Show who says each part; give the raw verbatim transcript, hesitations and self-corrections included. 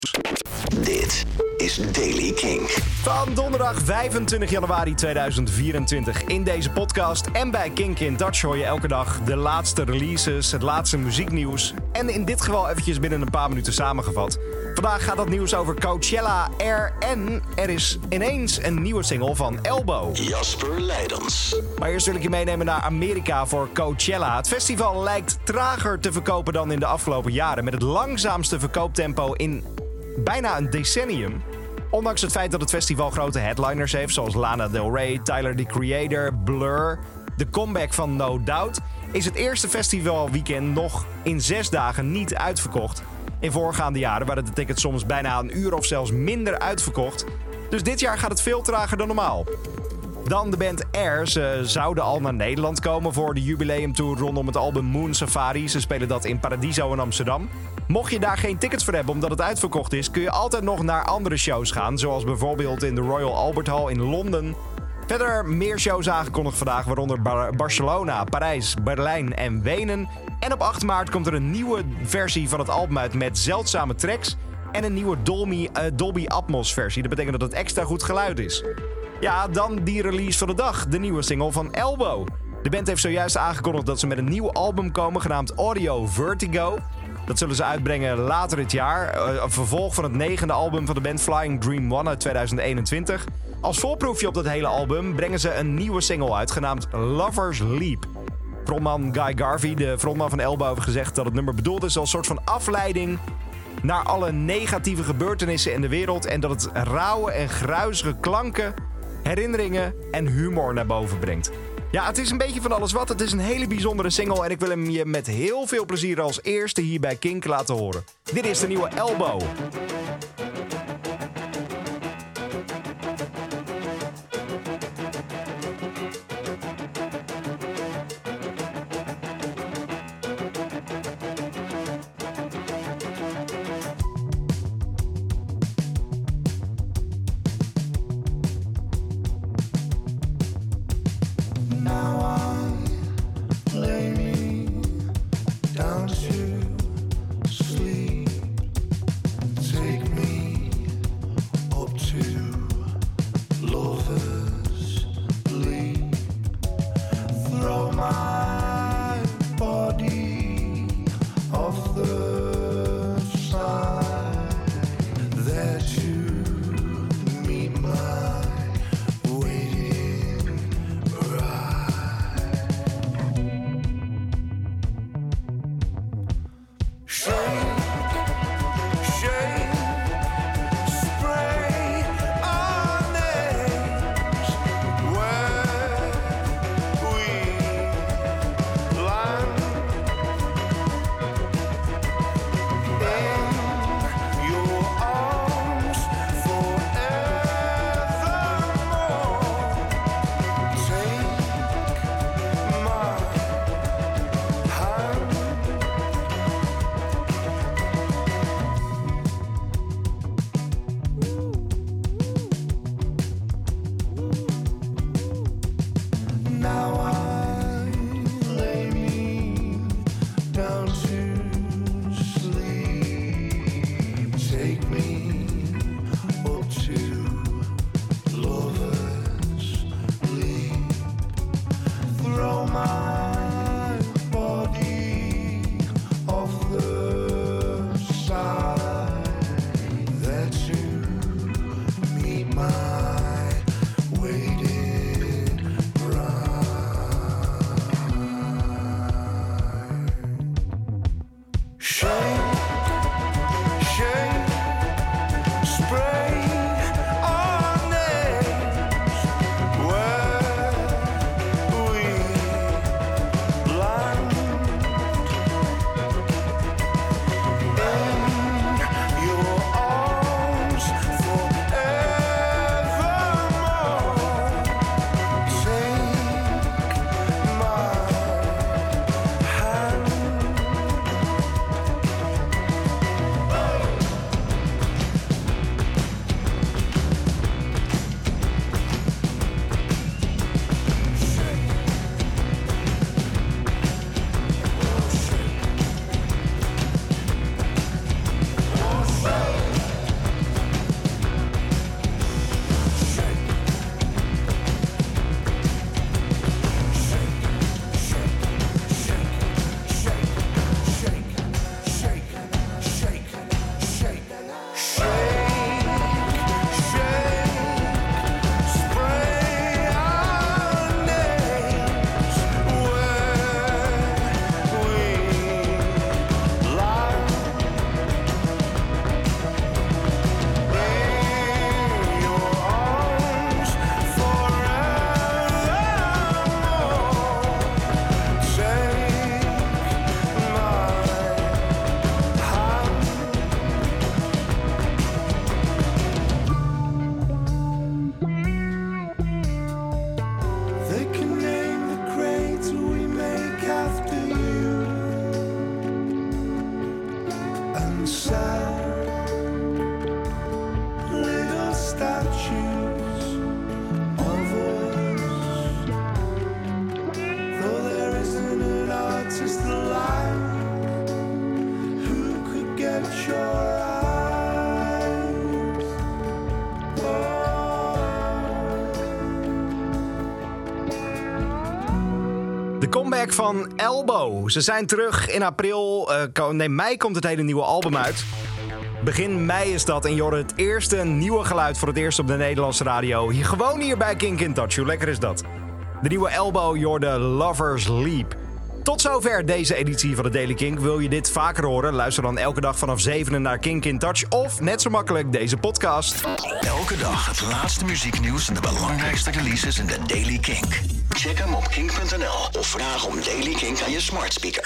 Speaker 1: Dit is Daily King.
Speaker 2: Van donderdag vijfentwintig januari tweeduizend vierentwintig. In deze podcast en bij Kink in Touch hoor je elke dag de laatste releases, het laatste muzieknieuws. En in dit geval eventjes binnen een paar minuten samengevat. Vandaag gaat dat nieuws over Coachella, Air en er is ineens een nieuwe single van Elbow.
Speaker 1: Jasper Leidens.
Speaker 2: Maar eerst wil ik je meenemen naar Amerika voor Coachella. Het festival lijkt trager te verkopen dan in de afgelopen jaren. Met het langzaamste verkooptempo in bijna een decennium. Ondanks het feit dat het festival grote headliners heeft, zoals Lana Del Rey, Tyler, the Creator, Blur, de comeback van No Doubt, is het eerste festivalweekend nog in zes dagen niet uitverkocht. In voorgaande jaren waren de tickets soms bijna een uur of zelfs minder uitverkocht. Dus dit jaar gaat het veel trager dan normaal. Dan de band Air. Ze zouden al naar Nederland komen voor de jubileumtour rondom het album Moon Safari. Ze spelen dat in Paradiso in Amsterdam. Mocht je daar geen tickets voor hebben omdat het uitverkocht is, kun je altijd nog naar andere shows gaan. Zoals bijvoorbeeld in de Royal Albert Hall in Londen. Verder meer shows aangekondigd vandaag, waaronder Bar- Barcelona, Parijs, Berlijn en Wenen. En op acht maart komt er een nieuwe versie van het album uit met zeldzame tracks en een nieuwe Dolby, uh, Dolby Atmos versie. Dat betekent dat het extra goed geluid is. Ja, dan die release van de dag, de nieuwe single van Elbow. De band heeft zojuist aangekondigd dat ze met een nieuw album komen genaamd Audio Vertigo. Dat zullen ze uitbrengen later dit jaar, uh, een vervolg van het negende album van de band Flying Dream One uit tweeduizend eenentwintig. Als voorproefje op dat hele album brengen ze een nieuwe single uit genaamd Lover's Leap. Frontman Guy Garvey, de frontman van Elbow, heeft gezegd dat het nummer bedoeld is als soort van afleiding naar alle negatieve gebeurtenissen in de wereld en dat het rauwe en gruizige klanken, herinneringen en humor naar boven brengt. Ja, het is een beetje van alles wat. Het is een hele bijzondere single en ik wil hem je met heel veel plezier als eerste hier bij Kink laten horen. Dit is de nieuwe Elbow. De comeback van Elbow. Ze zijn terug in april. Uh, nee, mei komt het hele nieuwe album uit. Begin mei is dat en je hoort het eerste nieuwe geluid voor het eerst op de Nederlandse radio. Hier, gewoon hier bij Kink in Touch. Hoe lekker is dat? De nieuwe Elbow, je hoorde Lovers Leap. Tot zover deze editie van de Daily Kink. Wil je dit vaker horen? Luister dan elke dag vanaf zevenen naar Kink in Touch. Of net zo makkelijk deze podcast.
Speaker 1: Elke dag het laatste muzieknieuws en de belangrijkste releases in de Daily Kink. Check hem op kink punt n l of vraag om Daily Kink aan je smart speaker.